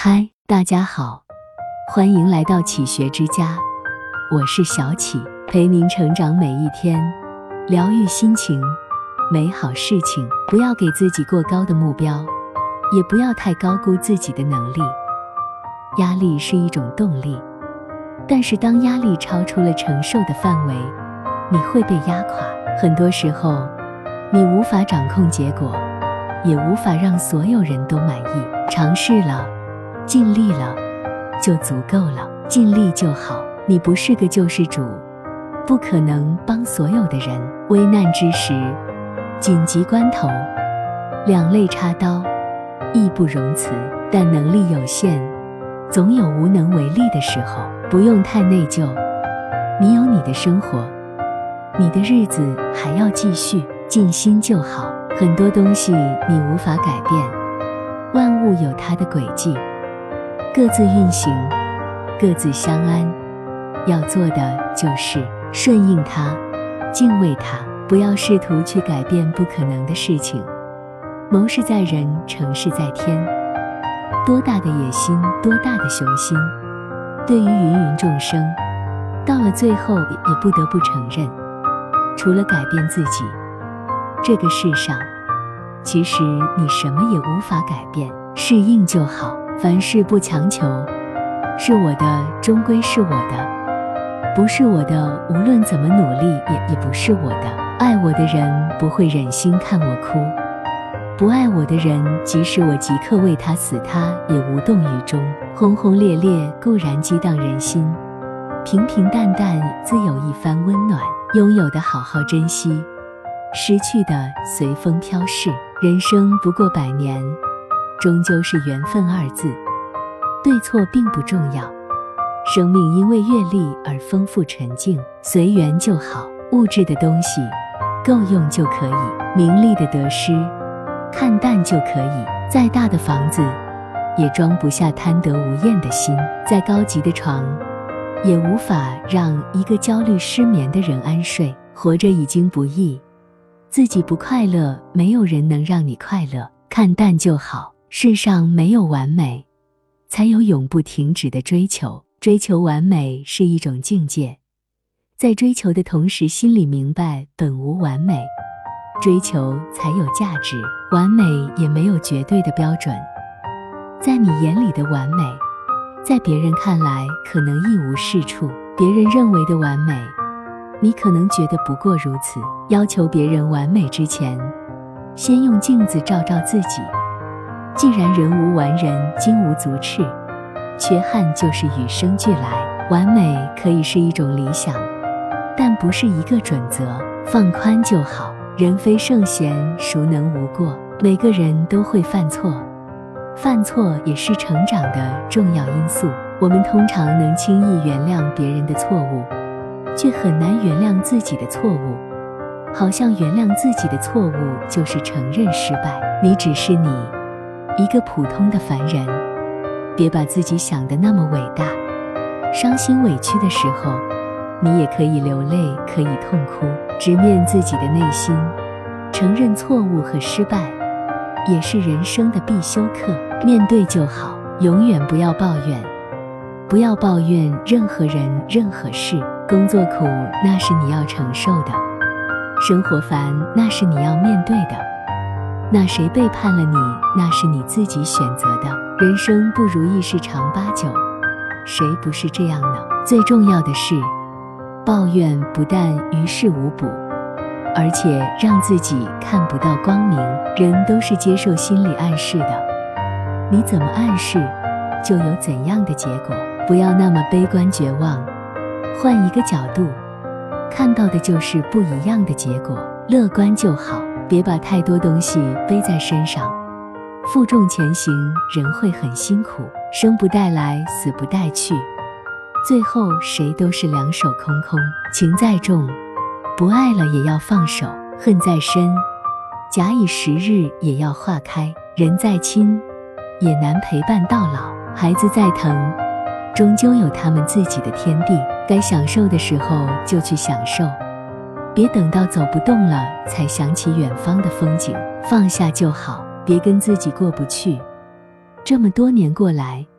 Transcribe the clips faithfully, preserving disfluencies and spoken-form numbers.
嗨，大家好，欢迎来到启学之家，我是小启，陪您成长每一天，疗愈心情，美好事情。不要给自己过高的目标，也不要太高估自己的能力。压力是一种动力，但是当压力超出了承受的范围，你会被压垮。很多时候，你无法掌控结果，也无法让所有人都满意。尝试了，尽力了，就足够了，尽力就好。你不是个救世主，不可能帮所有的人。危难之时，紧急关头，两肋插刀，义不容辞。但能力有限，总有无能为力的时候，不用太内疚。你有你的生活，你的日子还要继续，尽心就好。很多东西你无法改变，万物有它的轨迹，各自运行，各自相安。要做的就是顺应它，敬畏它，不要试图去改变不可能的事情。谋事在人，成事在天。多大的野心，多大的雄心，对于芸芸众生，到了最后也不得不承认，除了改变自己，这个世上其实你什么也无法改变，适应就好。凡事不强求，是我的终归是我的，不是我的无论怎么努力也也不是我的。爱我的人不会忍心看我哭，不爱我的人即使我即刻为他死，他也无动于衷。轰轰烈烈固然激荡人心，平平淡淡自有一番温暖。拥有的好好珍惜，失去的随风飘逝。人生不过百年，终究是缘分二字，对错并不重要。生命因为阅历而丰富沉静，随缘就好。物质的东西够用就可以，名利的得失看淡就可以。再大的房子也装不下贪得无厌的心，再高级的床也无法让一个焦虑失眠的人安睡。活着已经不易，自己不快乐，没有人能让你快乐。看淡就好。世上没有完美，才有永不停止的追求。追求完美是一种境界，在追求的同时心里明白本无完美，追求才有价值。完美也没有绝对的标准，在你眼里的完美，在别人看来可能一无是处。别人认为的完美，你可能觉得不过如此。要求别人完美之前，先用镜子照照自己。既然人无完人，金无足赤，缺憾就是与生俱来。完美可以是一种理想，但不是一个准则。放宽就好。人非圣贤，孰能无过？每个人都会犯错，犯错也是成长的重要因素。我们通常能轻易原谅别人的错误，却很难原谅自己的错误。好像原谅自己的错误就是承认失败。你只是你，一个普通的凡人，别把自己想得那么伟大。伤心委屈的时候，你也可以流泪，可以痛哭，直面自己的内心，承认错误和失败，也是人生的必修课。面对就好，永远不要抱怨，不要抱怨任何人任何事。工作苦，那是你要承受的；生活烦，那是你要面对的；那谁背叛了你，那是你自己选择的。人生不如意事常八九，谁不是这样呢？最重要的是，抱怨不但于事无补，而且让自己看不到光明。人都是接受心理暗示的，你怎么暗示，就有怎样的结果。不要那么悲观绝望，换一个角度，看到的就是不一样的结果。乐观就好，别把太多东西背在身上，负重前行，人会很辛苦。生不带来，死不带去，最后谁都是两手空空。情再重，不爱了也要放手；恨再深，假以时日也要化开。人再亲，也难陪伴到老。孩子再疼，终究有他们自己的天地。该享受的时候就去享受，别等到走不动了才想起远方的风景。放下就好，别跟自己过不去。这么多年过来，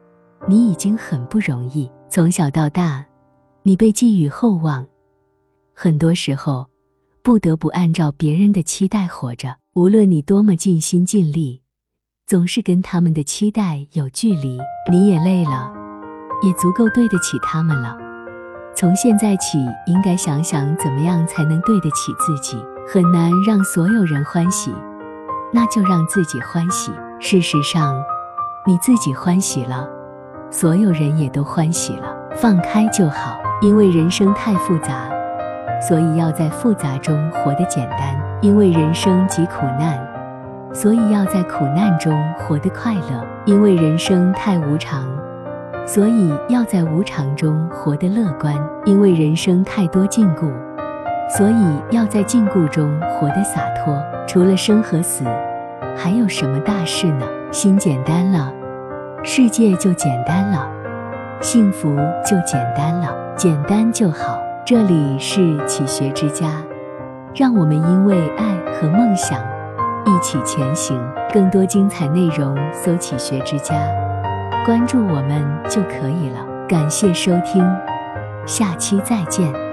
你已经很不容易。从小到大，你被寄予厚望，很多时候不得不按照别人的期待活着。无论你多么尽心尽力，总是跟他们的期待有距离，你也累了，也足够对得起他们了。从现在起，应该想想怎么样才能对得起自己。很难让所有人欢喜，那就让自己欢喜。事实上，你自己欢喜了，所有人也都欢喜了。放开就好，因为人生太复杂，所以要在复杂中活得简单。因为人生极苦难，所以要在苦难中活得快乐。因为人生太无常，所以要在无常中活得乐观。因为人生太多禁锢，所以要在禁锢中活得洒脱。除了生和死，还有什么大事呢？心简单了，世界就简单了，幸福就简单了，简单就好。这里是启学之家，让我们因为爱和梦想一起前行。更多精彩内容搜启学之家，关注我们就可以了。感谢收听，下期再见。